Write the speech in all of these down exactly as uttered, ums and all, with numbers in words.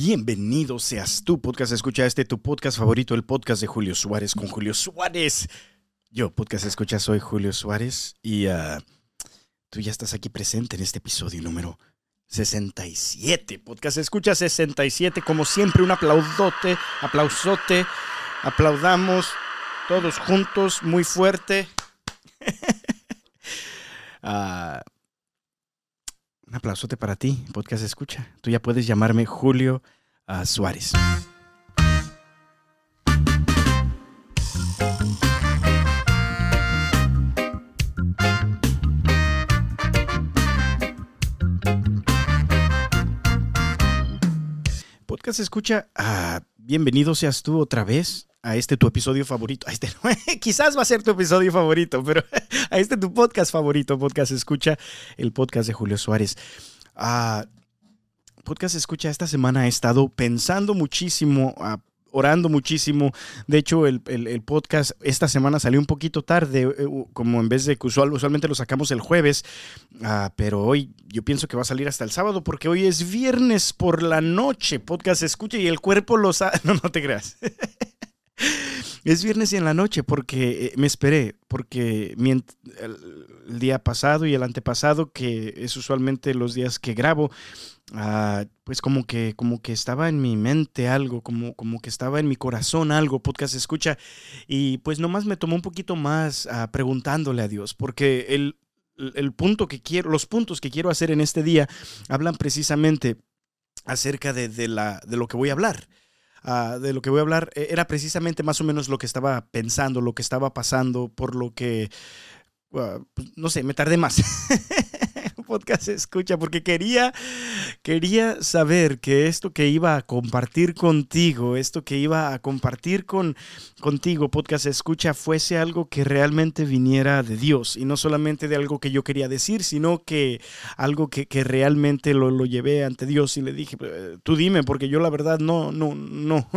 Bienvenido seas tú, podcast escucha, este tu podcast favorito, el podcast de Julio Suárez con Julio Suárez. Yo, podcast escucha, soy Julio Suárez y uh, tú ya estás aquí presente en este episodio número sesenta y siete. Podcast escucha sesenta y siete, como siempre un aplaudote, aplausote, aplaudamos todos juntos, muy fuerte. uh, Un aplausote para ti, podcast escucha. Tú ya puedes llamarme Julio uh, Suárez. Podcast escucha, uh, bienvenido seas tú otra vez a este tu episodio favorito. A este, quizás va a ser tu episodio favorito, pero a este tu podcast favorito, podcast escucha, el podcast de Julio Suárez. Uh, podcast escucha, esta semana he estado pensando muchísimo, uh, orando muchísimo. De hecho, el, el, el podcast esta semana salió un poquito tarde, uh, como en vez de que usual, usualmente lo sacamos el jueves, uh, pero hoy yo pienso que va a salir hasta el sábado porque hoy es viernes por la noche. Podcast escucha y el cuerpo lo sabe. No, no te creas. Es viernes y en la noche porque me esperé, porque el día pasado y el antepasado, que es usualmente los días que grabo, uh, pues como que, como que estaba en mi mente algo, como, como que estaba en mi corazón algo, podcast escucha, y pues nomás me tomó un poquito más uh, preguntándole a Dios, porque el, el punto que quiero, los puntos que quiero hacer en este día hablan precisamente acerca de, de, la, de lo que voy a hablar. Uh, de lo que voy a hablar era precisamente más o menos lo que estaba pensando, lo que estaba pasando, por lo que, uh, pues, no sé, me tardé más. Podcast escucha, porque quería, quería saber que esto que iba a compartir contigo, esto que iba a compartir con, contigo, podcast escucha, fuese algo que realmente viniera de Dios y no solamente de algo que yo quería decir, sino que algo que, que realmente lo, lo llevé ante Dios y le dije, tú dime, porque yo la verdad no, no, no.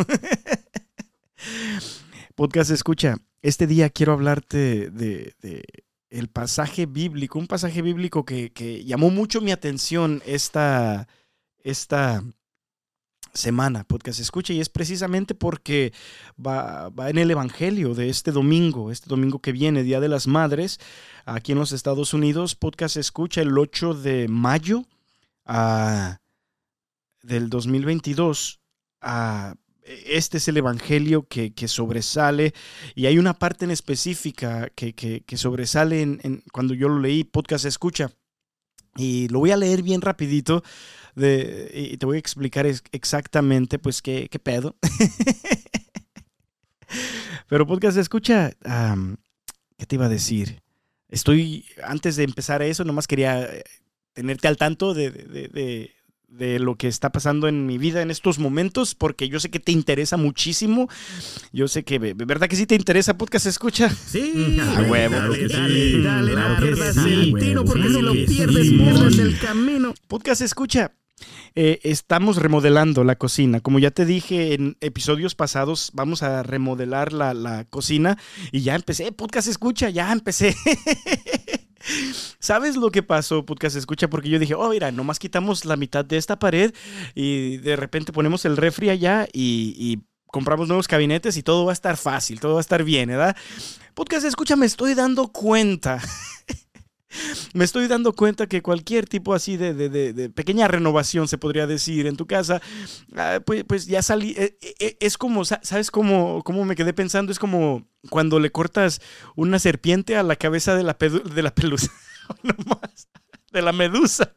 Podcast escucha, este día quiero hablarte de... de el pasaje bíblico, un pasaje bíblico que, que llamó mucho mi atención esta, esta semana, podcast escucha, y es precisamente porque va, va en el evangelio de este domingo, este domingo que viene, Día de las Madres, aquí en los Estados Unidos. Podcast escucha el ocho de mayo uh, del dos mil veintidós. Uh, Este es el evangelio que, que sobresale, y hay una parte en específica que, que, que sobresale en, en, cuando yo lo leí, podcast escucha, y lo voy a leer bien rapidito de, y te voy a explicar exactamente pues qué, qué pedo. Pero podcast escucha, um, ¿qué te iba a decir? Estoy, antes de empezar eso, nomás quería tenerte al tanto de... de, de, de de lo que está pasando en mi vida en estos momentos, porque yo sé que te interesa muchísimo. Yo sé que, ¿verdad que sí te interesa, podcast escucha? Sí, a huevo. Dale, dale, dale, dale, dale el tiro, porque si lo pierdes, pierdes el camino. Podcast escucha. Eh, estamos remodelando la cocina. Como ya te dije en episodios pasados, vamos a remodelar la, la cocina y ya empecé. Podcast escucha, ya empecé. ¿Sabes lo que pasó, podcast escucha? Porque yo dije, oh, mira, nomás quitamos la mitad de esta pared y de repente ponemos el refri allá y, y compramos nuevos gabinetes y todo va a estar fácil, todo va a estar bien, ¿verdad? Podcast escucha, me estoy dando cuenta. Me estoy dando cuenta que cualquier tipo así de, de, de, de pequeña renovación, se podría decir, en tu casa, uh, pues, pues ya salí. Eh, eh, es como, ¿sabes cómo, cómo me quedé pensando? Es como cuando le cortas una serpiente a la cabeza de la, pedu- de la pelusa, no más, de la medusa.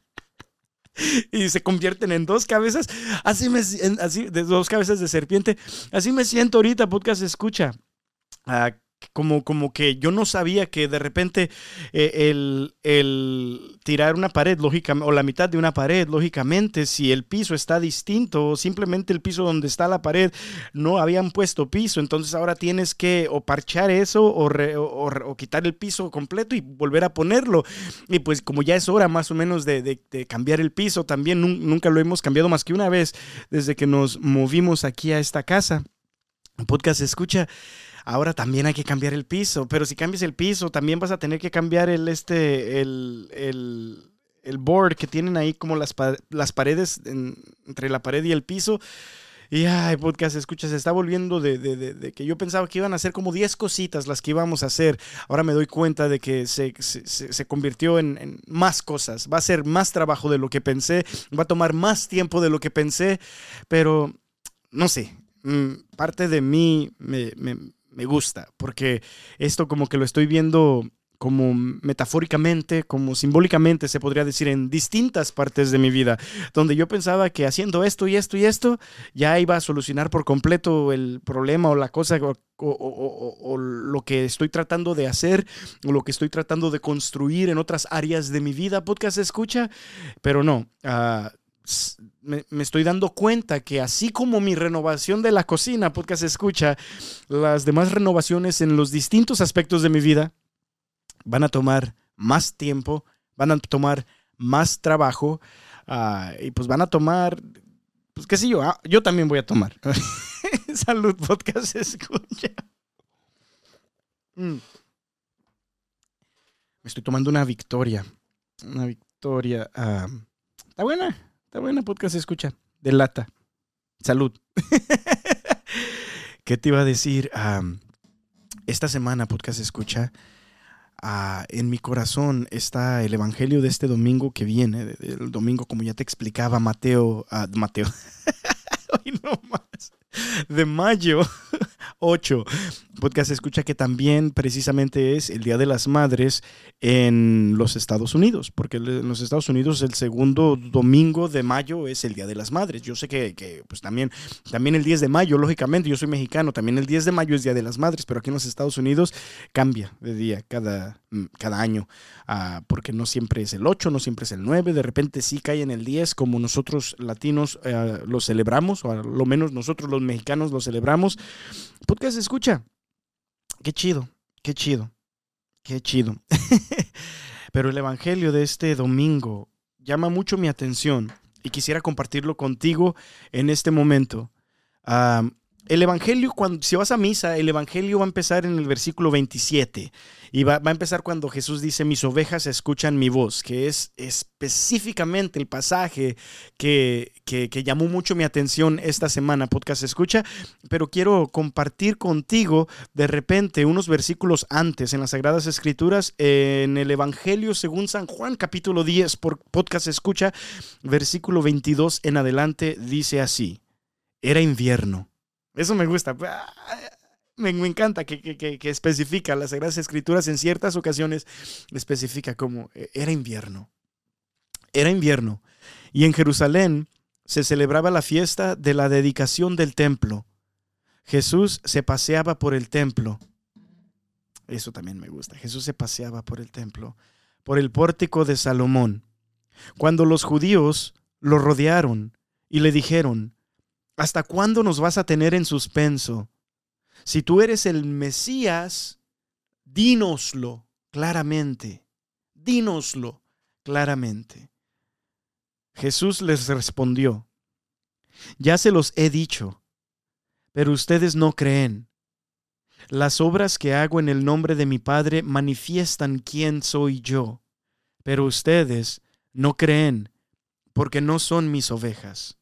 Y se convierten en dos cabezas. Así me así, de dos cabezas de serpiente. Así me siento ahorita, podcast escucha. Uh, Como, como que yo no sabía que de repente eh, el, el tirar una pared, lógicamente, o la mitad de una pared, lógicamente, si el piso está distinto, o simplemente el piso donde está la pared no habían puesto piso, entonces ahora tienes que o parchar eso o, re, o, o, o quitar el piso completo y volver a ponerlo. Y pues como ya es hora más o menos de, de, de cambiar el piso, también nun, nunca lo hemos cambiado más que una vez desde que nos movimos aquí a esta casa. Podcast escucha. Ahora también hay que cambiar el piso, pero si cambias el piso, también vas a tener que cambiar el, este, el, el, el board que tienen ahí como las, pa- las paredes en- entre la pared y el piso. Y ay, podcast escucha, se está volviendo de, de, de, de que yo pensaba que iban a ser como diez cositas las que íbamos a hacer. Ahora me doy cuenta de que se, se, se se convirtió en, en más cosas. Va a ser más trabajo de lo que pensé, va a tomar más tiempo de lo que pensé, pero no sé, mm, parte de mí me, me, me gusta, porque esto como que lo estoy viendo como metafóricamente, como simbólicamente, se podría decir, en distintas partes de mi vida, donde yo pensaba que haciendo esto y esto y esto, ya iba a solucionar por completo el problema o la cosa o, o, o, o lo que estoy tratando de hacer o lo que estoy tratando de construir en otras áreas de mi vida, podcast escucha, pero no, uh, me, me estoy dando cuenta que así como mi renovación de la cocina, podcast escucha, las demás renovaciones en los distintos aspectos de mi vida van a tomar más tiempo, van a tomar más trabajo uh, y pues van a tomar, pues qué sé yo, ah, yo también voy a tomar. Salud, podcast escucha. Mm. Me estoy tomando una Victoria, una Victoria. Uh, está buena, está buena, podcast escucha, de lata. Salud. ¿Qué te iba a decir? Um, esta semana, podcast escucha, Uh, en mi corazón está el evangelio de este domingo que viene, de, de, el domingo, como ya te explicaba, Mateo, uh, Mateo, hoy no más, de mayo ocho. Podcast escucha que también precisamente es el Día de las Madres en los Estados Unidos, porque en los Estados Unidos el segundo domingo de mayo es el Día de las Madres. Yo sé que, que pues también, también el diez de mayo, lógicamente, yo soy mexicano, también el diez de mayo es Día de las Madres, pero aquí en los Estados Unidos cambia de día cada, cada año, uh, porque no siempre es el ocho, no siempre es el nueve, de repente sí cae en el diez, como nosotros latinos uh, lo celebramos, o a lo menos nosotros los mexicanos lo celebramos. Podcast escucha. Qué chido, qué chido, qué chido. Pero el evangelio de este domingo llama mucho mi atención y quisiera compartirlo contigo en este momento. Um, el evangelio, cuando si vas a misa, el evangelio va a empezar en el versículo veintisiete y va, va a empezar cuando Jesús dice: mis ovejas escuchan mi voz, que es específicamente el pasaje que, que, que llamó mucho mi atención esta semana, podcast escucha, pero quiero compartir contigo de repente unos versículos antes en las Sagradas Escrituras, en el evangelio según San Juan, capítulo diez, por podcast escucha, versículo veintidós en adelante, dice así: era invierno. Eso me gusta. Me, me encanta que, que, que especifica las Sagradas Escrituras en ciertas ocasiones, especifica como era invierno. Era invierno. Y en Jerusalén se celebraba la fiesta de la dedicación del templo. Jesús se paseaba por el templo. Eso también me gusta. Jesús se paseaba por el templo, por el pórtico de Salomón. Cuando los judíos lo rodearon y le dijeron: ¿hasta cuándo nos vas a tener en suspenso? Si tú eres el Mesías, dínoslo claramente. Dínoslo claramente. Jesús les respondió: ya se los he dicho, pero ustedes no creen. Las obras que hago en el nombre de mi Padre manifiestan quién soy yo, pero ustedes no creen porque no son mis ovejas.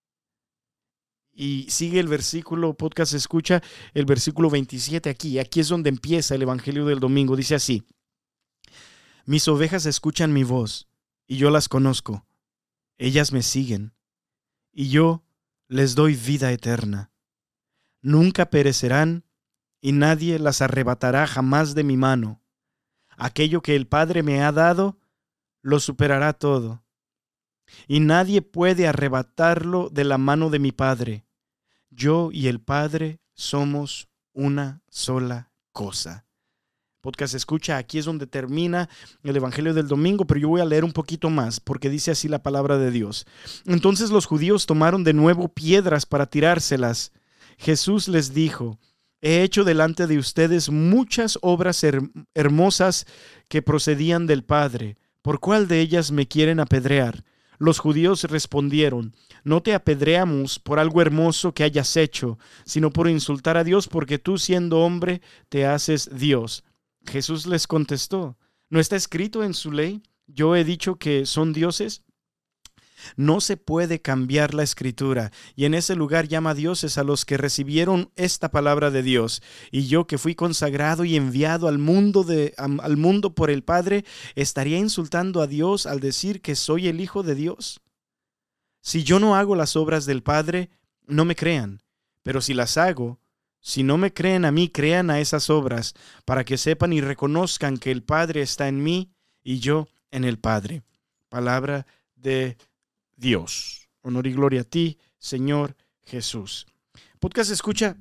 Y sigue el versículo, podcast escucha, el versículo veintisiete aquí. Aquí es donde empieza el evangelio del domingo. Dice así: mis ovejas escuchan mi voz y yo las conozco. Ellas me siguen y yo les doy vida eterna. Nunca perecerán y nadie las arrebatará jamás de mi mano. Aquello que el Padre me ha dado, lo superará todo. Y nadie puede arrebatarlo de la mano de mi Padre. Yo y el Padre somos una sola cosa. Podcast escucha, aquí es donde termina el evangelio del domingo, pero yo voy a leer un poquito más porque dice así la palabra de Dios. Entonces los judíos tomaron de nuevo piedras para tirárselas. Jesús les dijo: he hecho delante de ustedes muchas obras her- hermosas que procedían del Padre. ¿Por cuál de ellas me quieren apedrear? Los judíos respondieron: no te apedreamos por algo hermoso que hayas hecho, sino por insultar a Dios, porque tú, siendo hombre, te haces Dios. Jesús les contestó: ¿no está escrito en su ley? yo he dicho que son dioses. No se puede cambiar la escritura, y en ese lugar llama dioses a los que recibieron esta palabra de Dios. Y yo, que fui consagrado y enviado al mundo, de, al mundo por el Padre, ¿estaría insultando a Dios al decir que soy el Hijo de Dios? Si yo no hago las obras del Padre, no me crean, pero si las hago, si no me creen a mí, crean a esas obras, para que sepan y reconozcan que el Padre está en mí y yo en el Padre. Palabra de Dios. Honor y gloria a ti, Señor Jesús. Podcast escucha.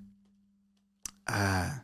Ah,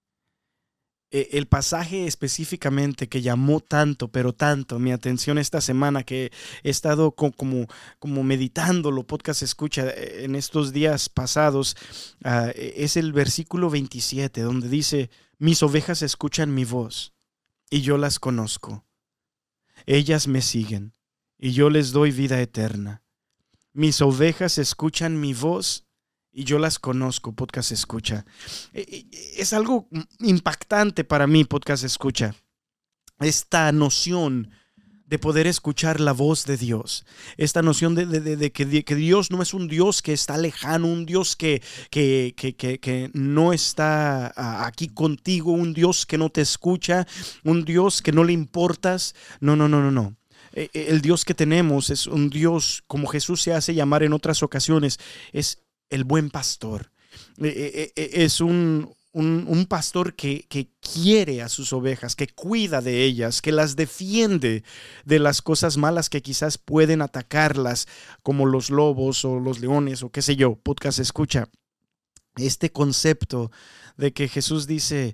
el pasaje específicamente que llamó tanto, pero tanto mi atención esta semana, que he estado como, como meditándolo, podcast escucha, en estos días pasados, uh, es el versículo veintisiete, donde dice: mis ovejas escuchan mi voz y yo las conozco. Ellas me siguen y yo les doy vida eterna. Mis ovejas escuchan mi voz y yo las conozco, podcast escucha. Es algo impactante para mí, podcast escucha. Esta noción de poder escuchar la voz de Dios. Esta noción de, de, de, de, que, de que Dios no es un Dios que está lejano, un Dios que, que, que, que, que no está aquí contigo, un Dios que no te escucha, un Dios que no le importas. No, no, no, no, no. El Dios que tenemos es un Dios, como Jesús se hace llamar en otras ocasiones, es el buen pastor. Es un, un, un pastor que, que quiere a sus ovejas, que cuida de ellas, que las defiende de las cosas malas que quizás pueden atacarlas, como los lobos o los leones o qué sé yo. Podcast escucha. Este concepto de que Jesús dice: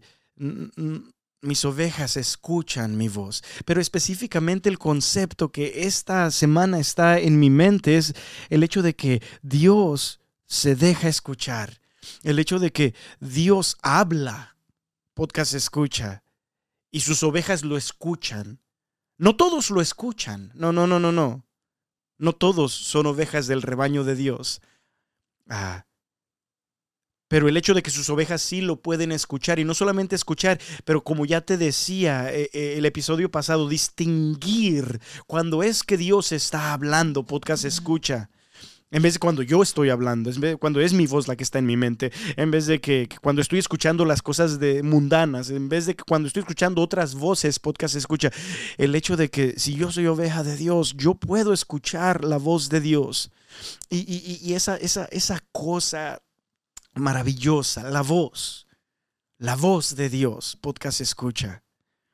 mis ovejas escuchan mi voz. Pero específicamente el concepto que esta semana está en mi mente es el hecho de que Dios se deja escuchar. El hecho de que Dios habla, podcast escucha, y sus ovejas lo escuchan. No todos lo escuchan. No, no, no, no, no. No todos son ovejas del rebaño de Dios. Ah. Pero el hecho de que sus ovejas sí lo pueden escuchar, y no solamente escuchar, pero como ya te decía eh, eh, el episodio pasado, distinguir cuando es que Dios está hablando, podcast escucha. En vez de cuando yo estoy hablando, en vez de cuando es mi voz la que está en mi mente, en vez de que, que cuando estoy escuchando las cosas de mundanas, en vez de que cuando estoy escuchando otras voces, podcast escucha. El hecho de que si yo soy oveja de Dios, yo puedo escuchar la voz de Dios. Y, y, y esa, esa, esa cosa maravillosa, la voz, la voz de Dios, podcast escucha,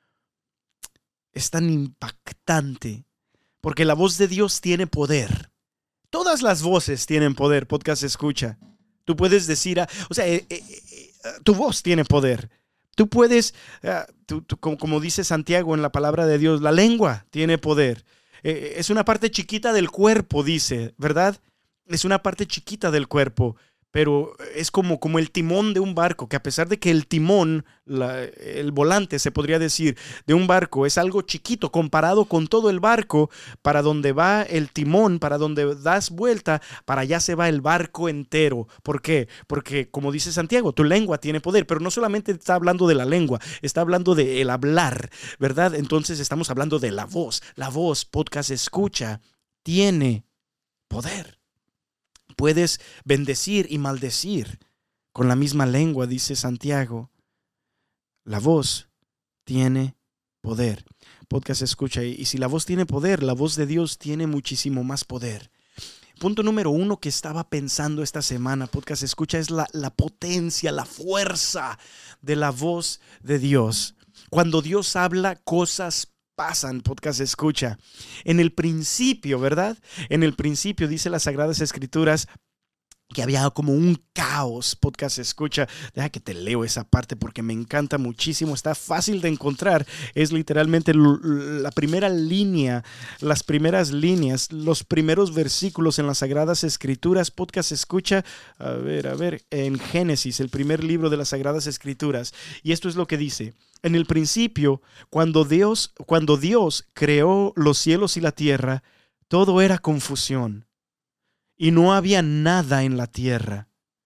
es tan impactante, porque la voz de Dios tiene poder. Todas las voces tienen poder, podcast escucha. Tú puedes decir, ah, o sea, eh, eh, eh, tu voz tiene poder. Tú puedes, uh, tú, tú, como, como dice Santiago en la palabra de Dios, la lengua tiene poder. Eh, es una parte chiquita del cuerpo, dice, ¿verdad? Es una parte chiquita del cuerpo. Pero es como, como el timón de un barco, que a pesar de que el timón, la, el volante se podría decir, de un barco es algo chiquito comparado con todo el barco, para donde va el timón, para donde das vuelta, para allá se va el barco entero. ¿Por qué? Porque como dice Santiago, tu lengua tiene poder, pero no solamente está hablando de la lengua, está hablando de el hablar, ¿verdad? Entonces estamos hablando de la voz. La voz, podcast escucha, tiene poder. Puedes bendecir y maldecir con la misma lengua, dice Santiago. La voz tiene poder. Podcast escucha. Y si la voz tiene poder, la voz de Dios tiene muchísimo más poder. Punto número uno que estaba pensando esta semana, podcast escucha, es la, la potencia, la fuerza de la voz de Dios. Cuando Dios habla, cosas pasan, podcast escucha. En el principio, ¿verdad? En el principio dice las Sagradas Escrituras que había como un caos, podcast escucha. Deja que te leo esa parte porque me encanta muchísimo, está fácil de encontrar. Es literalmente la primera línea, las primeras líneas, los primeros versículos en las Sagradas Escrituras, podcast escucha. A ver, a ver, en Génesis, el primer libro de las Sagradas Escrituras. Y esto es lo que dice: en el principio, cuando Dios, cuando Dios creó los cielos y la tierra, todo era confusión. Y no había nada en la tierra.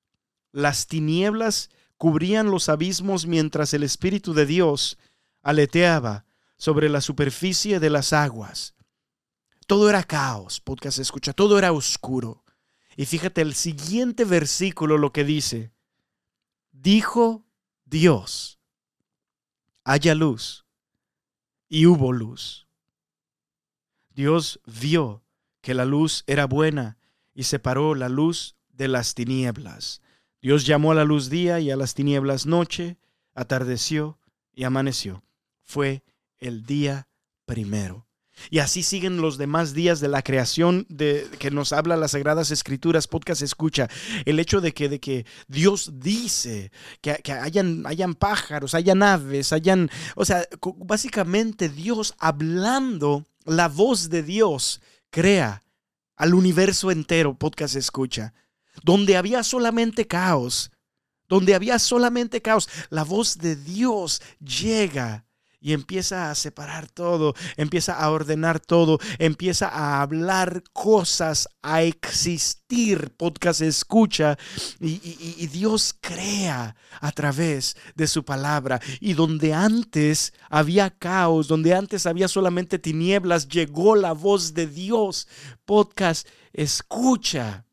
Las tinieblas cubrían los abismos mientras el Espíritu de Dios aleteaba sobre la superficie de las aguas. Todo era caos, podcast escucha, todo era oscuro. Y fíjate el siguiente versículo lo que dice. Dijo Dios, haya luz, y hubo luz. Dios vio que la luz era buena y separó la luz de las tinieblas. Dios llamó a la luz día y a las tinieblas noche, atardeció y amaneció. Fue el día primero. Y así siguen los demás días de la creación de, que nos habla las Sagradas Escrituras, podcast escucha. El hecho de que, de que Dios dice que, que hayan, hayan pájaros, hayan aves, hayan... O sea, básicamente Dios hablando, la voz de Dios crea al universo entero, podcast escucha. Donde había solamente caos, donde había solamente caos, la voz de Dios llega y empieza a separar todo, empieza a ordenar todo, empieza a hablar cosas, a existir, podcast escucha, y, y, y Dios crea a través de su palabra. Y donde antes había caos, donde antes había solamente tinieblas, llegó la voz de Dios, podcast escucha.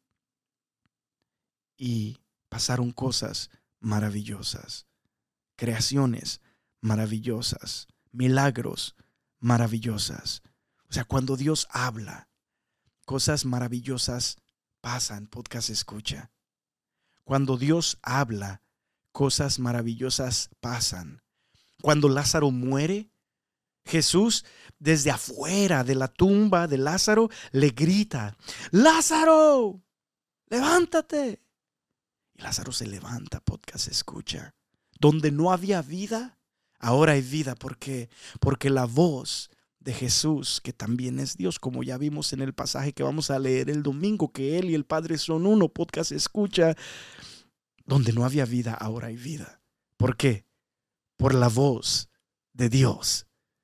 Y pasaron cosas maravillosas, creaciones maravillosas, milagros maravillosas. O sea, cuando Dios habla, cosas maravillosas pasan, podcast escucha. Cuando Dios habla, cosas maravillosas pasan. Cuando Lázaro muere, Jesús desde afuera de la tumba de Lázaro le grita, ¡Lázaro, levántate! Y Lázaro se levanta, podcast escucha. Donde no había vida, ahora hay vida. ¿Por qué? Porque la voz de Jesús, que también es Dios, como ya vimos en el pasaje que vamos a leer el domingo, que Él y el Padre son uno, podcast escucha. Donde no había vida, ahora hay vida. ¿Por qué? Por la voz de Dios.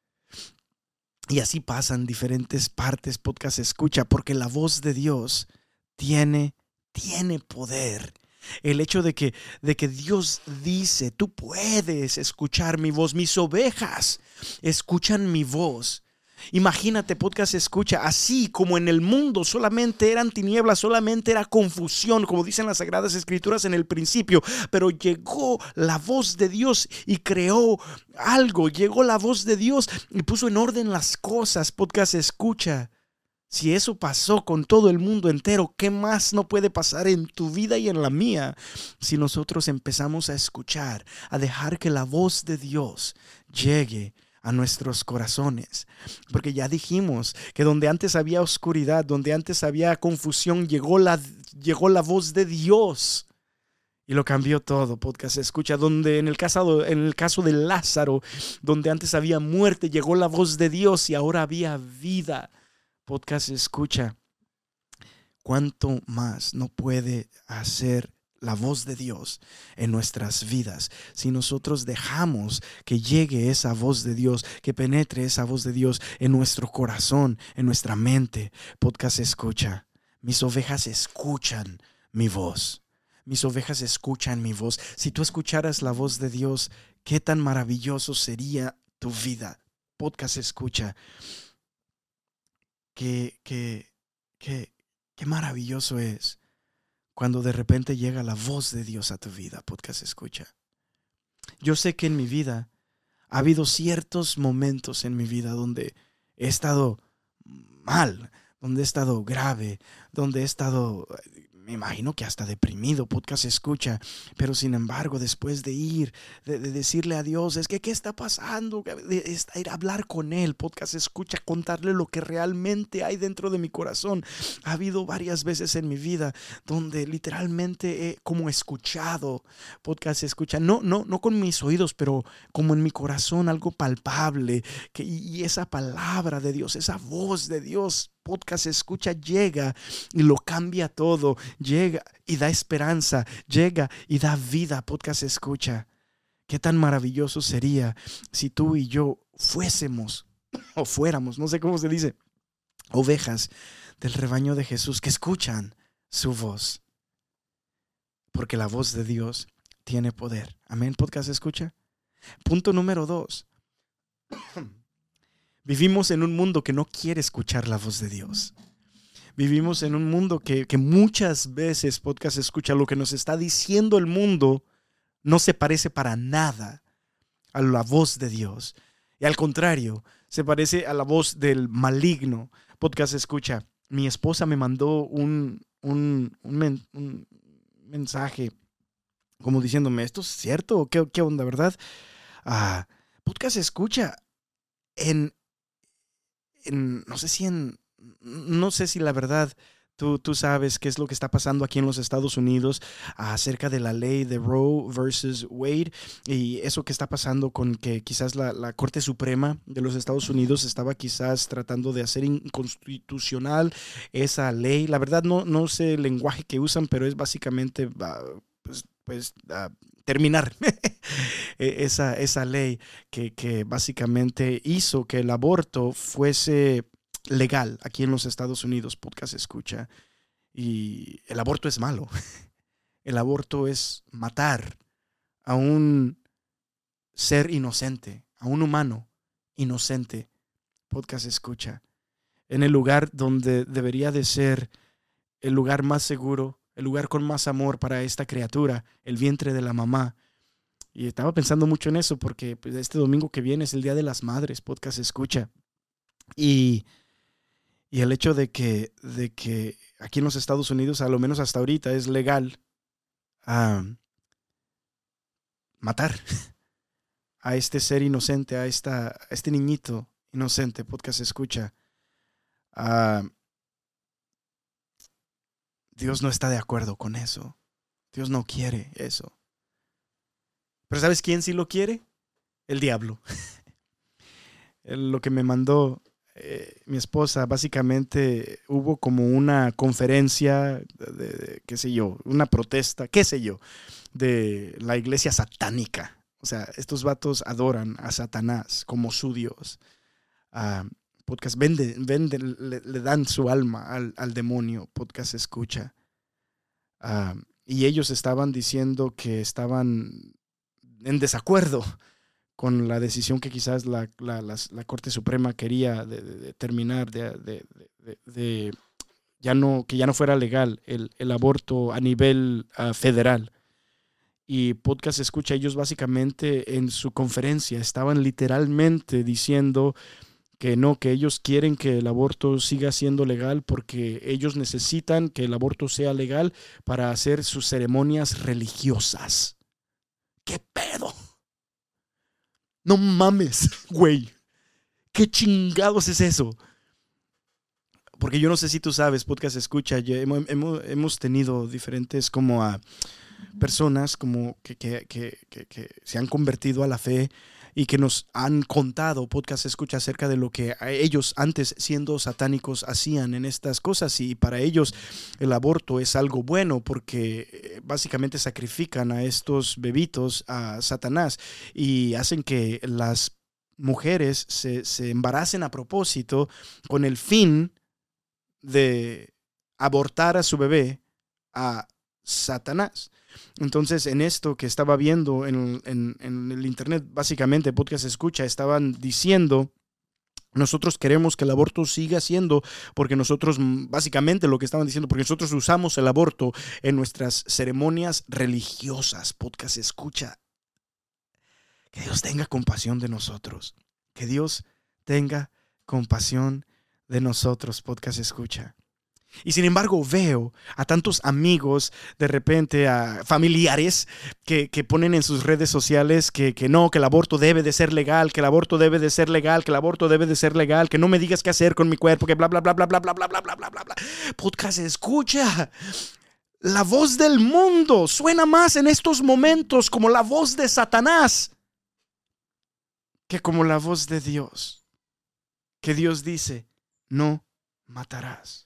Y así pasan diferentes partes, podcast escucha, porque la voz de Dios tiene, tiene poder. El hecho de que, de que Dios dice, tú puedes escuchar mi voz, mis ovejas escuchan mi voz. Imagínate, podcast escucha, así como en el mundo solamente eran tinieblas, solamente era confusión, como dicen las Sagradas Escrituras en el principio, pero llegó la voz de Dios y creó algo, llegó la voz de Dios y puso en orden las cosas, podcast escucha. Si eso pasó con todo el mundo entero, ¿qué más no puede pasar en tu vida y en la mía? Si nosotros empezamos a escuchar, a dejar que la voz de Dios llegue a nuestros corazones. Porque ya dijimos que donde antes había oscuridad, donde antes había confusión, llegó la, llegó la voz de Dios y lo cambió todo, podcast escucha. Donde en el caso, en el caso de Lázaro, donde antes había muerte, llegó la voz de Dios y ahora había vida. Podcast escucha, ¿cuánto más no puede hacer la voz de Dios en nuestras vidas si nosotros dejamos que llegue esa voz de Dios, que penetre esa voz de Dios en nuestro corazón, en nuestra mente? Podcast escucha, mis ovejas escuchan mi voz. Mis ovejas escuchan mi voz. Si tú escucharas la voz de Dios, qué tan maravilloso sería tu vida. Podcast escucha. Qué, qué, qué, qué maravilloso es cuando de repente llega la voz de Dios a tu vida, podcast escucha. Yo sé que en mi vida ha habido ciertos momentos en mi vida donde he estado mal, donde he estado grave, donde he estado, me imagino que hasta deprimido, podcast escucha, pero sin embargo después de ir, de, de decirle a Dios, es que ¿qué está pasando? De, de ir a hablar con Él, podcast escucha, contarle lo que realmente hay dentro de mi corazón. Ha habido varias veces en mi vida donde literalmente he como escuchado, podcast escucha, no, no, no con mis oídos, pero como en mi corazón algo palpable, que, y esa palabra de Dios, esa voz de Dios, podcast escucha, llega y lo cambia todo, llega y da esperanza, llega y da vida, podcast escucha. Qué tan maravilloso sería si tú y yo fuésemos o fuéramos, no sé cómo se dice, ovejas del rebaño de Jesús que escuchan su voz, porque la voz de Dios tiene poder. Amén, podcast escucha. Punto número dos. Vivimos en un mundo que no quiere escuchar la voz de Dios. Vivimos en un mundo que, que muchas veces, podcast escucha, lo que nos está diciendo el mundo no se parece para nada a la voz de Dios. Y al contrario, se parece a la voz del maligno. Podcast escucha, mi esposa me mandó un, un, un, men, un mensaje como diciéndome, ¿esto es cierto o qué, qué onda, verdad? Ah, podcast escucha en, en, no sé si en, no sé si la verdad tú, tú sabes qué es lo que está pasando aquí en los Estados Unidos acerca de la ley de Roe versus Wade y eso que está pasando con que quizás la, la Corte Suprema de los Estados Unidos estaba quizás tratando de hacer inconstitucional esa ley. La verdad no, no sé el lenguaje que usan, pero es básicamente uh, pues, pues uh, terminar esa, esa ley que, que básicamente hizo que el aborto fuese legal aquí en los Estados Unidos. Podcast escucha, y el aborto es malo. El aborto es matar a un ser inocente, a un humano inocente. Podcast escucha, en el lugar donde debería de ser el lugar más seguro, el lugar con más amor para esta criatura, el vientre de la mamá. Y estaba pensando mucho en eso porque pues, este domingo que viene es el Día de las Madres. Podcast escucha, y Y el hecho de que, de que aquí en los Estados Unidos, a lo menos hasta ahorita, es legal uh, matar a este ser inocente, a, esta, a este niñito inocente. Podcast escucha. Uh, Dios no está de acuerdo con eso. Dios no quiere eso. Pero ¿sabes quién sí lo quiere? El diablo. Lo que me mandó Eh, mi esposa, básicamente hubo como una conferencia de, de, qué sé yo, una protesta, qué sé yo, de la iglesia satánica. O sea, estos vatos adoran a Satanás como su Dios. Uh, podcast, vende, vende, le, le dan su alma al, al demonio. Podcast escucha. Uh, y ellos estaban diciendo que estaban en desacuerdo con la decisión que quizás la, la, la, la Corte Suprema quería de, de, de terminar, de, de, de, de ya no, que ya no fuera legal el, el aborto a nivel uh, federal. Y podcast escucha, ellos básicamente en su conferencia estaban literalmente diciendo que no, que ellos quieren que el aborto siga siendo legal porque ellos necesitan que el aborto sea legal para hacer sus ceremonias religiosas. ¿Qué pedo? No mames, güey. ¿Qué chingados es eso? Porque yo no sé si tú sabes, podcast escucha, hemos, hemos, hemos tenido diferentes como a personas como que, que, que, que, que se han convertido a la fe y que nos han contado, podcast escucha, acerca de lo que ellos antes siendo satánicos hacían en estas cosas, y para ellos el aborto es algo bueno porque básicamente sacrifican a estos bebitos a Satanás y hacen que las mujeres se, se embaracen a propósito con el fin de abortar a su bebé a Satanás. Entonces, en esto que estaba viendo en, en, en el internet, básicamente, podcast escucha, estaban diciendo, nosotros queremos que el aborto siga siendo, porque nosotros, básicamente lo que estaban diciendo, porque nosotros usamos el aborto en nuestras ceremonias religiosas. Podcast escucha. Que Dios tenga compasión de nosotros. Que Dios tenga compasión de nosotros, podcast escucha. Y sin embargo veo a tantos amigos, de repente a familiares que, que ponen en sus redes sociales que, que no, que el aborto debe de ser legal, que el aborto debe de ser legal, que el aborto debe de ser legal, que no me digas qué hacer con mi cuerpo, que bla, bla, bla, bla, bla, bla, bla, bla, bla, bla, bla, bla. Podcast escucha. La voz del mundo suena más en estos momentos como la voz de Satanás que como la voz de Dios. Que Dios dice, no matarás.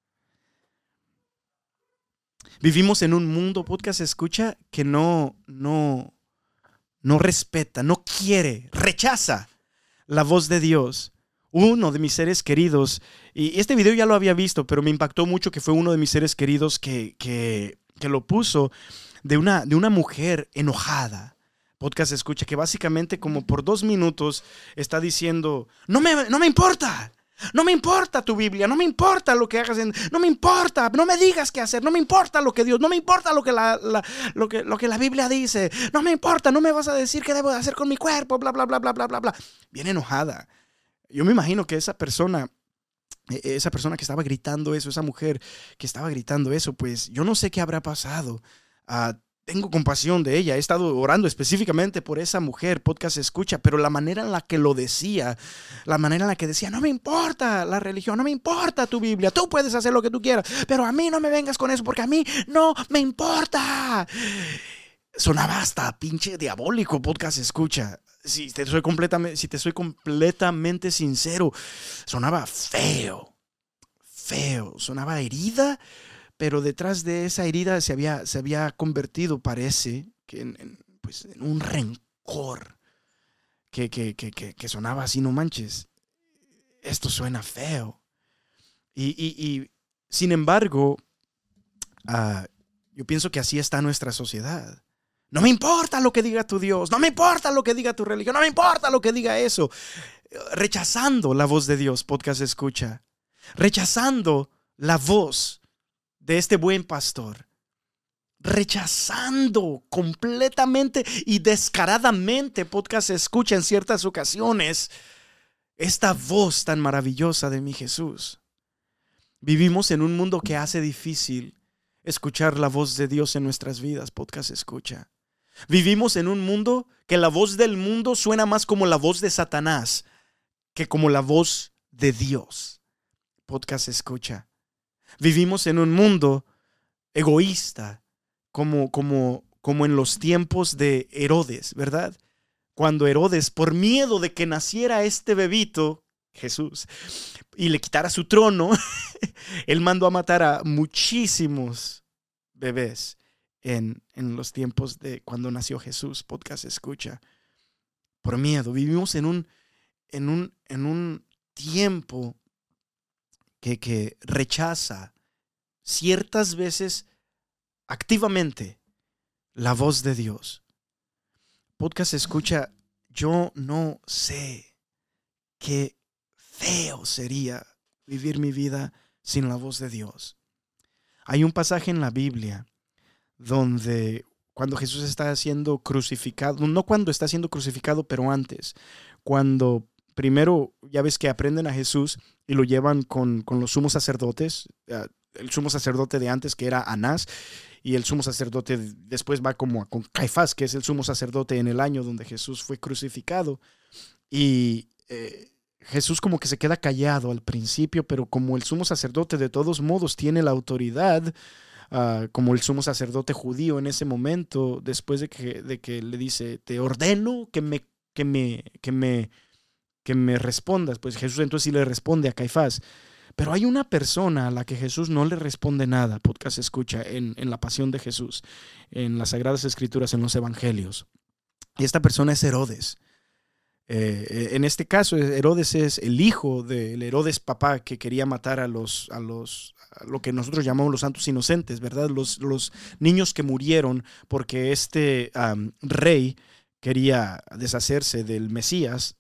Vivimos en un mundo, podcast escucha, que no, no, no respeta, no quiere, rechaza la voz de Dios. Uno de mis seres queridos, y este video ya lo había visto, pero me impactó mucho que fue uno de mis seres queridos que, que, que lo puso de una, de una mujer enojada. Podcast escucha, que básicamente como por dos minutos está diciendo, no me, no me importa. No me importa tu Biblia, no me importa lo que hagas, en, no me importa, no me digas qué hacer, no me importa lo que Dios, no me importa lo que la, la, lo que, lo que la Biblia dice, no me importa, no me vas a decir qué debo de hacer con mi cuerpo, bla, bla, bla, bla, bla, bla, bla. Bien enojada. Yo me imagino que esa persona, esa persona que estaba gritando eso, esa mujer que estaba gritando eso, pues yo no sé qué habrá pasado. Uh, Tengo compasión de ella. He estado orando específicamente por esa mujer, Podcast Escucha, pero la manera en la que lo decía, la manera en la que decía, no me importa la religión, no me importa tu Biblia, tú puedes hacer lo que tú quieras, pero a mí no me vengas con eso porque a mí no me importa. Sonaba hasta pinche diabólico, Podcast Escucha. Si te soy completamente, si te soy completamente sincero, sonaba feo, feo, sonaba herida. Pero detrás de esa herida se había, se había convertido, parece, que en, en, pues, en un rencor que, que, que, que, que sonaba así, no manches. Esto suena feo. Y, y, y sin embargo, uh, yo pienso que así está nuestra sociedad. No me importa lo que diga tu Dios, no me importa lo que diga tu religión, no me importa lo que diga eso. Rechazando la voz de Dios, Podcast Escucha. Rechazando la voz de este buen pastor, rechazando completamente y descaradamente, Podcast Escucha, en ciertas ocasiones, esta voz tan maravillosa de mi Jesús. Vivimos en un mundo que hace difícil escuchar la voz de Dios en nuestras vidas, Podcast Escucha. Vivimos en un mundo que la voz del mundo suena más como la voz de Satanás que como la voz de Dios, Podcast Escucha. Vivimos en un mundo egoísta, como, como, como en los tiempos de Herodes, ¿verdad? Cuando Herodes, por miedo de que naciera este bebito, Jesús, y le quitara su trono, él mandó a matar a muchísimos bebés en, en los tiempos de cuando nació Jesús, Podcast Escucha. Por miedo. Vivimos en un, en un, en un tiempo Que, que rechaza ciertas veces activamente la voz de Dios. Podcast Escucha, yo no sé qué feo sería vivir mi vida sin la voz de Dios. Hay un pasaje en la Biblia donde cuando Jesús está siendo crucificado, no cuando está siendo crucificado, pero antes, cuando primero, ya ves que aprenden a Jesús y lo llevan con, con los sumos sacerdotes, uh, el sumo sacerdote de antes que era Anás, y el sumo sacerdote después va como a, con Caifás, que es el sumo sacerdote en el año donde Jesús fue crucificado. Y eh, Jesús como que se queda callado al principio, pero como el sumo sacerdote de todos modos tiene la autoridad, uh, como el sumo sacerdote judío en ese momento, después de que, de que le dice, te ordeno que me, que me, que me que me respondas, pues Jesús entonces sí le responde a Caifás. Pero hay una persona a la que Jesús no le responde nada, Podcast Escucha, en, en la pasión de Jesús, en las Sagradas Escrituras, en los Evangelios. Y esta persona es Herodes. Eh, en este caso, Herodes es el hijo del Herodes papá que quería matar a los, a los, a lo que nosotros llamamos los santos inocentes, ¿verdad? Los, los niños que murieron porque este um, rey quería deshacerse del Mesías,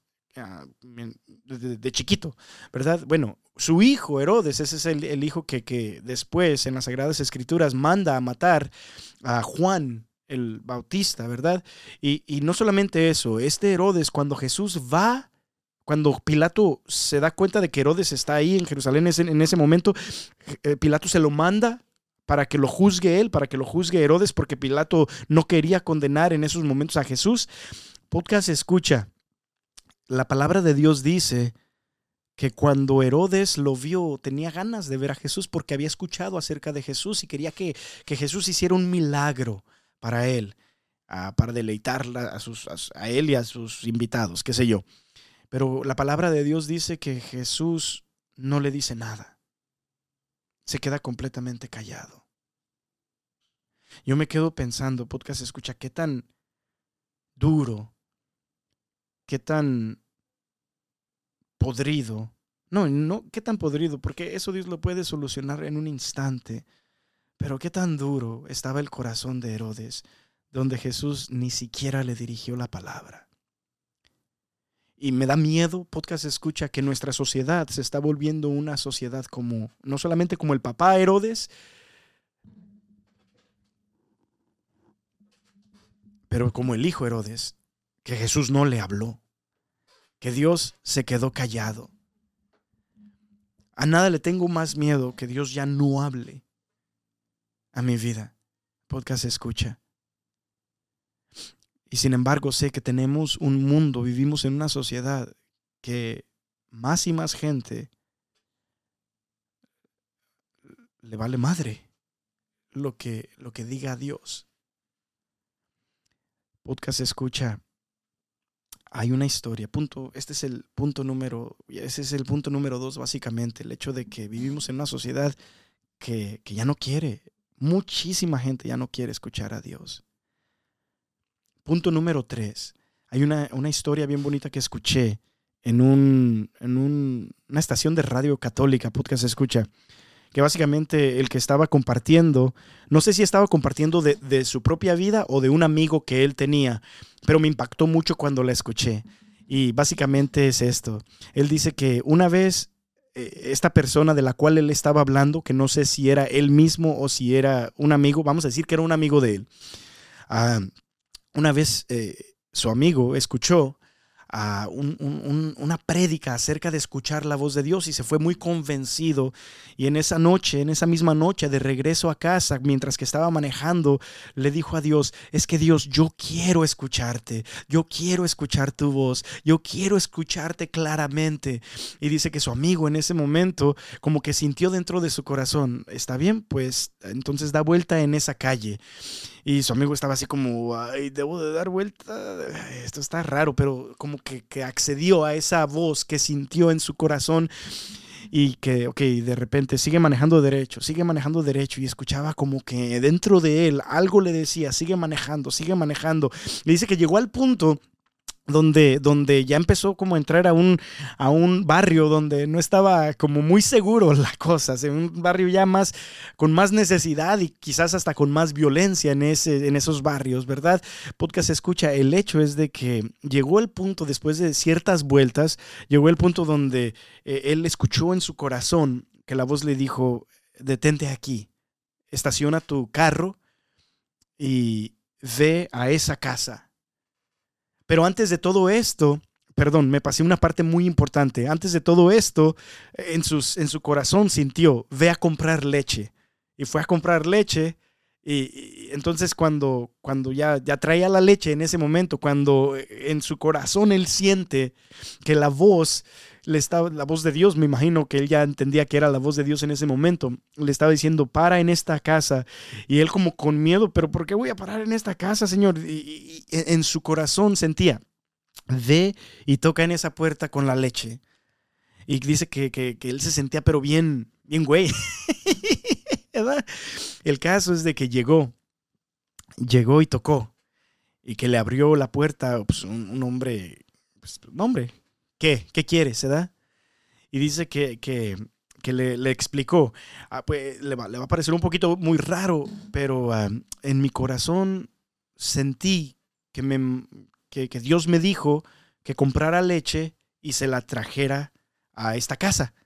De, de chiquito, ¿verdad? Bueno, su hijo Herodes, ese es el, el hijo que, que después en las Sagradas Escrituras manda a matar a Juan el Bautista, ¿verdad? Y, y no solamente eso, este Herodes, cuando Jesús va, cuando Pilato se da cuenta de que Herodes está ahí en Jerusalén en ese momento, Pilato se lo manda para que lo juzgue él, para que lo juzgue Herodes, porque Pilato no quería condenar en esos momentos a Jesús. Podcast Escucha. La palabra de Dios dice que cuando Herodes lo vio, tenía ganas de ver a Jesús porque había escuchado acerca de Jesús y quería que, que Jesús hiciera un milagro para él, uh, para deleitar a, sus, a, a él y a sus invitados, qué sé yo. Pero la palabra de Dios dice que Jesús no le dice nada. Se queda completamente callado. Yo me quedo pensando, Podcast Escucha, qué tan duro, qué tan podrido, no, no, qué tan podrido, porque eso Dios lo puede solucionar en un instante, pero qué tan duro estaba el corazón de Herodes donde Jesús ni siquiera le dirigió la palabra. Y me da miedo, podcast escucha, que nuestra sociedad se está volviendo una sociedad como, no solamente como el papá Herodes, pero como el hijo Herodes, que Jesús no le habló, que Dios se quedó callado. A nada le tengo más miedo que Dios ya no hable a mi vida. Podcast escucha. Y sin embargo sé que tenemos un mundo, vivimos en una sociedad que más y más gente le vale madre lo que, lo que diga Dios. Podcast escucha. Hay una historia. Punto, este es el punto número, ese es el punto número dos, básicamente. El hecho de que vivimos en una sociedad que, que ya no quiere, muchísima gente ya no quiere escuchar a Dios. Punto número tres. Hay una, una historia bien bonita que escuché en, un, en un, una estación de radio católica, podcast escucha, que básicamente el que estaba compartiendo, no sé si estaba compartiendo de, de su propia vida o de un amigo que él tenía, pero me impactó mucho cuando la escuché. Y básicamente es esto. Él dice que una vez eh, esta persona de la cual él estaba hablando, que no sé si era él mismo o si era un amigo, vamos a decir que era un amigo de él. Uh, una vez eh, su amigo escuchó a un, un, una prédica acerca de escuchar la voz de Dios y se fue muy convencido, y en esa noche, en esa misma noche de regreso a casa, mientras que estaba manejando, le dijo a Dios: es que Dios, yo quiero escucharte, yo quiero escuchar tu voz, yo quiero escucharte claramente. Y dice que su amigo en ese momento como que sintió dentro de su corazón: está bien, pues entonces da vuelta en esa calle. Y su amigo estaba así como: ay, debo de dar vuelta, esto está raro, pero como que, que accedió a esa voz que sintió en su corazón, y que, ok, de repente sigue manejando derecho, sigue manejando derecho, y escuchaba como que dentro de él algo le decía: sigue manejando, sigue manejando. Le dice que llegó al punto Donde, donde ya empezó como a entrar a un, a un barrio donde no estaba como muy seguro la cosa, o un barrio ya más con más necesidad y quizás hasta con más violencia en, ese, en esos barrios, ¿verdad? Podcast escucha, el hecho es de que llegó el punto, después de ciertas vueltas, llegó el punto donde eh, él escuchó en su corazón que la voz le dijo: detente aquí, estaciona tu carro y ve a esa casa. Pero antes de todo esto, perdón, me pasé una parte muy importante. Antes de todo esto, en, sus, en su corazón sintió: ve a comprar leche. Y fue a comprar leche. Y, y entonces cuando, cuando ya, ya traía la leche en ese momento, cuando en su corazón él siente que la voz, le estaba, la voz de Dios, me imagino que él ya entendía que era la voz de Dios en ese momento, le estaba diciendo: para en esta casa. Y él como con miedo: pero ¿por qué voy a parar en esta casa, Señor? Y, y, y en su corazón sentía: ve y toca en esa puerta con la leche. Y dice que, que, que él se sentía pero bien, bien güey. ¿Verdad? El caso es de que llegó, llegó y tocó, y que le abrió la puerta pues, un, un hombre, pues, un hombre, ¿qué? ¿Qué quieres, verdad? Y dice que, que, que le, le explicó, ah, pues le va, le va a parecer un poquito muy raro, pero uh, en mi corazón sentí que, me, que, que Dios me dijo que comprara leche y se la trajera a esta casa.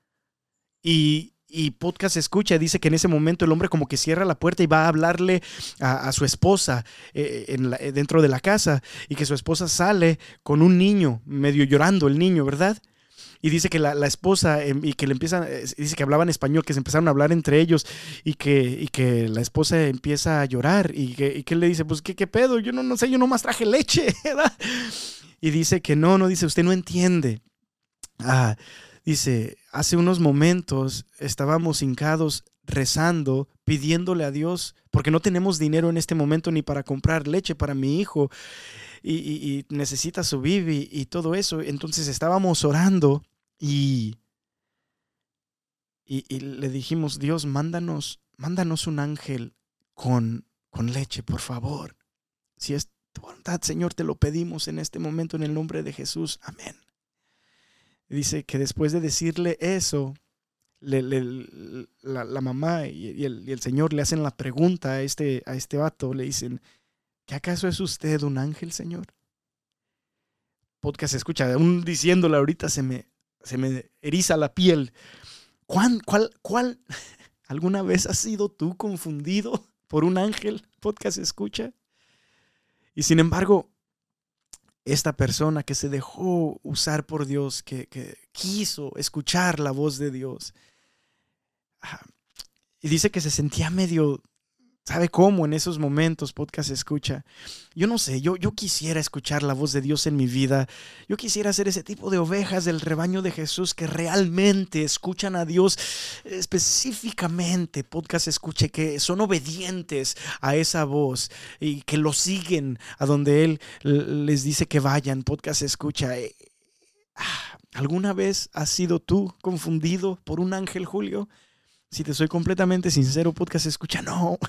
Y Y podcast escucha, dice que en ese momento el hombre como que cierra la puerta y va a hablarle a, a su esposa eh, en la, dentro de la casa, y que su esposa sale con un niño, medio llorando el niño, ¿verdad? Y dice que la, la esposa, eh, y que le empiezan, eh, dice que hablaban español, que se empezaron a hablar entre ellos, y que, y que la esposa empieza a llorar, y que, y que él le dice: pues ¿qué, qué pedo? Yo no, no sé, yo nomás traje leche, ¿verdad? Y dice que no, no, dice: usted no entiende. Ah, dice: hace unos momentos estábamos hincados rezando, pidiéndole a Dios, porque no tenemos dinero en este momento ni para comprar leche para mi hijo, y, y, y necesita su bibi y todo eso. Entonces estábamos orando y, y, y le dijimos: Dios, mándanos, mándanos un ángel con, con leche, por favor. Si es tu voluntad, Señor, te lo pedimos en este momento en el nombre de Jesús. Amén. Dice que después de decirle eso, le, le, la, la mamá y el, y el señor le hacen la pregunta a este, a este vato. Le dicen: ¿Qué acaso es usted un ángel, Señor? Podcast escucha, aún diciéndolo ahorita se me, se me eriza la piel. ¿Cuál, cuál, cuál? ¿Alguna vez has sido tú confundido por un ángel? Podcast escucha. Y sin embargo, esta persona que se dejó usar por Dios, que, que quiso escuchar la voz de Dios, y dice que se sentía medio, ¿sabe cómo? En esos momentos, podcast escucha. Yo no sé, yo, yo quisiera escuchar la voz de Dios en mi vida. Yo quisiera ser ese tipo de ovejas del rebaño de Jesús que realmente escuchan a Dios específicamente. Podcast escuche, que son obedientes a esa voz y que lo siguen a donde Él les dice que vayan. Podcast escucha. ¿Alguna vez has sido tú confundido por un ángel, Julio? Si te soy completamente sincero, podcast escucha, no.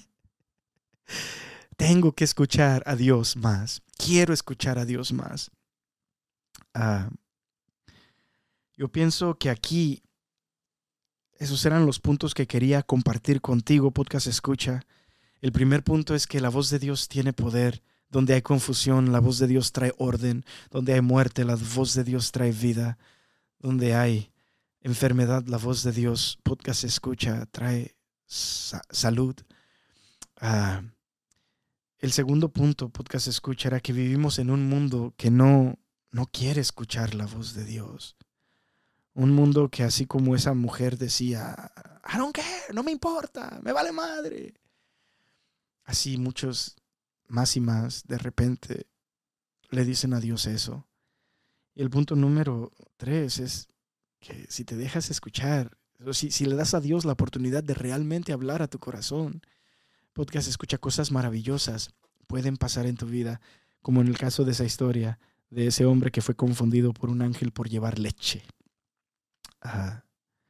Tengo que escuchar a Dios más. Quiero escuchar a Dios más. Uh, yo pienso que aquí esos eran los puntos que quería compartir contigo, podcast escucha. El primer punto es que la voz de Dios tiene poder. Donde hay confusión, la voz de Dios trae orden. Donde hay muerte, la voz de Dios trae vida. Donde hay enfermedad, la voz de Dios, podcast escucha, trae sa- salud. Uh, el segundo punto, podcast escucha, era que vivimos en un mundo que no, no quiere escuchar la voz de Dios. Un mundo que, así como esa mujer decía, I don't care, no me importa, me vale madre. Así muchos más y más de repente le dicen a Dios eso. Y el punto número tres es que si te dejas escuchar, o si, si le das a Dios la oportunidad de realmente hablar a tu corazón, podcast escucha, cosas maravillosas pueden pasar en tu vida, como en el caso de esa historia de ese hombre que fue confundido por un ángel por llevar leche. Uh,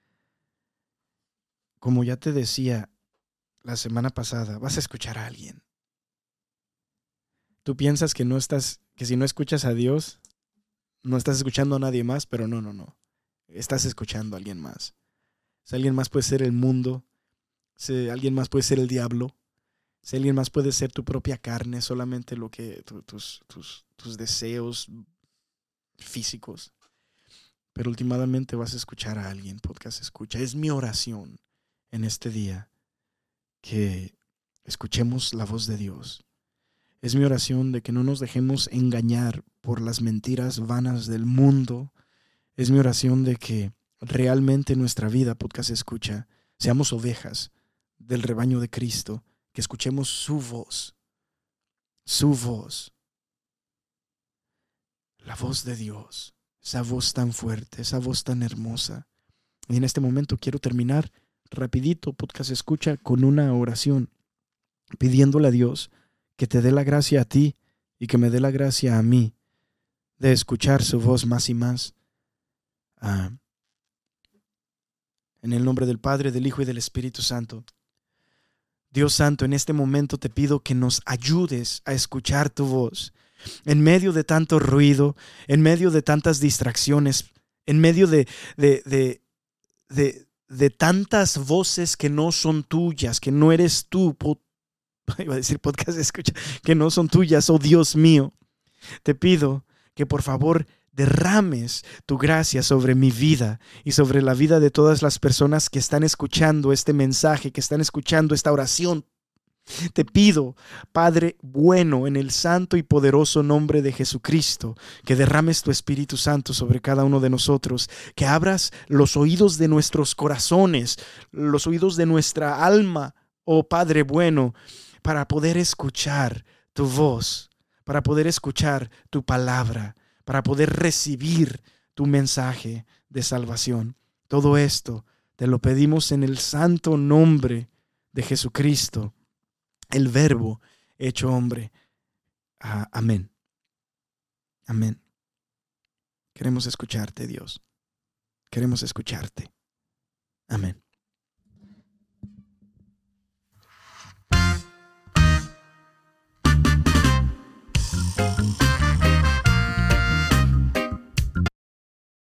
como ya te decía la semana pasada, vas a escuchar a alguien. Tú piensas que no estás, que si no escuchas a Dios, no estás escuchando a nadie más, pero no, no, no. Estás escuchando a alguien más. Si alguien más puede ser el mundo, si alguien más puede ser el diablo, si alguien más puede ser tu propia carne, solamente lo que tu, tus, tus, tus deseos físicos. Pero últimamente vas a escuchar a alguien, podcast escucha. Es mi oración en este día que escuchemos la voz de Dios. Es mi oración de que no nos dejemos engañar por las mentiras vanas del mundo. Es mi oración de que realmente en nuestra vida, podcast escucha, seamos ovejas del rebaño de Cristo, que escuchemos su voz, su voz, la voz de Dios, esa voz tan fuerte, esa voz tan hermosa. Y en este momento quiero terminar rapidito, podcast escucha, con una oración, pidiéndole a Dios que te dé la gracia a ti y que me dé la gracia a mí de escuchar su voz más y más. Ah, en el nombre del Padre, del Hijo y del Espíritu Santo. Dios Santo, en este momento te pido que nos ayudes a escuchar tu voz. En medio de tanto ruido, en medio de tantas distracciones, en medio de, de, de, de, de tantas voces que no son tuyas, que no eres tú, iba a decir podcast escucha, que no son tuyas, oh Dios mío. Te pido que por favor derrames tu gracia sobre mi vida y sobre la vida de todas las personas que están escuchando este mensaje, que están escuchando esta oración. Te pido, Padre bueno, en el santo y poderoso nombre de Jesucristo, que derrames tu Espíritu Santo sobre cada uno de nosotros, que abras los oídos de nuestros corazones, los oídos de nuestra alma, oh Padre bueno, para poder escuchar tu voz, para poder escuchar tu palabra, para poder recibir tu mensaje de salvación. Todo esto te lo pedimos en el santo nombre de Jesucristo, el Verbo hecho hombre. Ah, amén. Amén. Queremos escucharte, Dios. Queremos escucharte. Amén.